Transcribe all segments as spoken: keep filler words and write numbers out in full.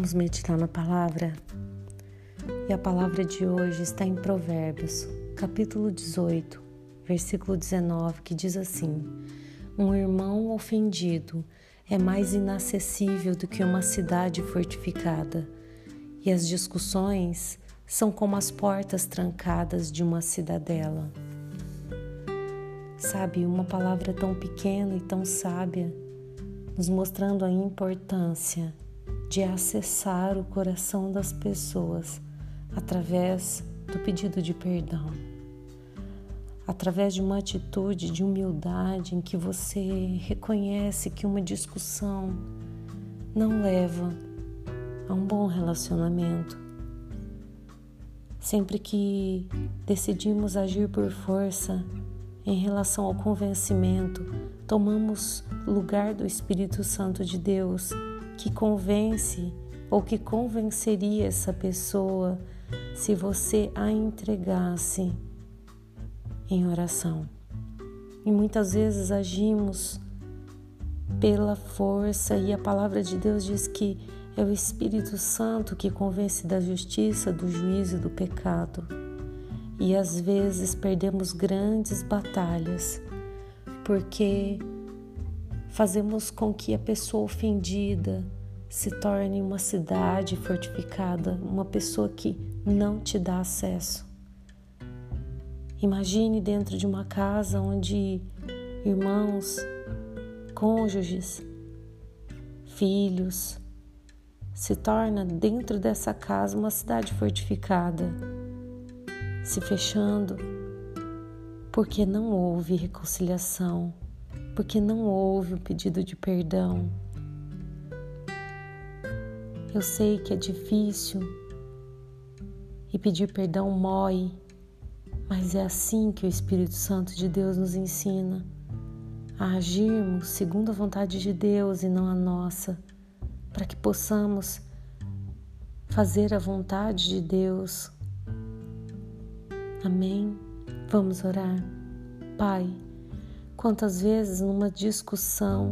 Vamos meditar na palavra? E a palavra de hoje está em Provérbios, capítulo dezoito, versículo dezenove, que diz assim: Um irmão ofendido é mais inacessível do que uma cidade fortificada, e as discussões são como as portas trancadas de uma cidadela. Sabe, uma palavra tão pequena e tão sábia, nos mostrando a importância de acessar o coração das pessoas através do pedido de perdão, através de uma atitude de humildade em que você reconhece que uma discussão não leva a um bom relacionamento. Sempre que decidimos agir por força em relação ao convencimento, tomamos lugar do Espírito Santo de Deus, que convence ou que convenceria essa pessoa se você a entregasse em oração. E muitas vezes agimos pela força, e a palavra de Deus diz que é o Espírito Santo que convence da justiça, do juízo e do pecado. E às vezes perdemos grandes batalhas porque fazemos com que a pessoa ofendida se torne uma cidade fortificada, uma pessoa que não te dá acesso. Imagine dentro de uma casa onde irmãos, cônjuges, filhos, se torna dentro dessa casa uma cidade fortificada, se fechando, porque não houve reconciliação, porque não houve o pedido de perdão. Eu sei que é difícil e pedir perdão mói, mas é assim que o Espírito Santo de Deus nos ensina a agirmos segundo a vontade de Deus e não a nossa, para que possamos fazer a vontade de Deus. Amém? Vamos orar. Pai, quantas vezes numa discussão,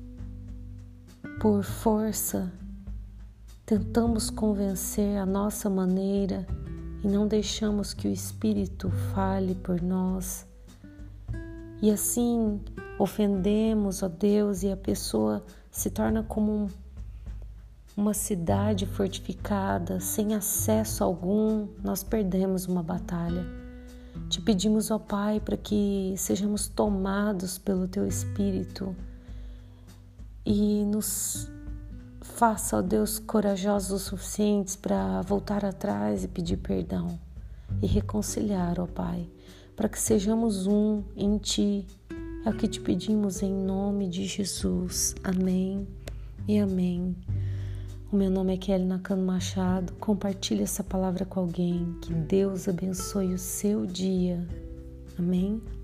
por força, tentamos convencer a nossa maneira e não deixamos que o Espírito fale por nós. E assim ofendemos a Deus e a pessoa se torna como um, uma cidade fortificada, sem acesso algum. Nós perdemos uma batalha. Te pedimos, ó Pai, para que sejamos tomados pelo Teu Espírito e nos faça, ó Deus, corajosos o suficientes para voltar atrás e pedir perdão e reconciliar, ó Pai, para que sejamos um em Ti. É o que te pedimos em nome de Jesus. Amém e amém. O meu nome é Kelly Nakano Machado. Compartilhe essa palavra com alguém. Que Deus abençoe o seu dia. Amém?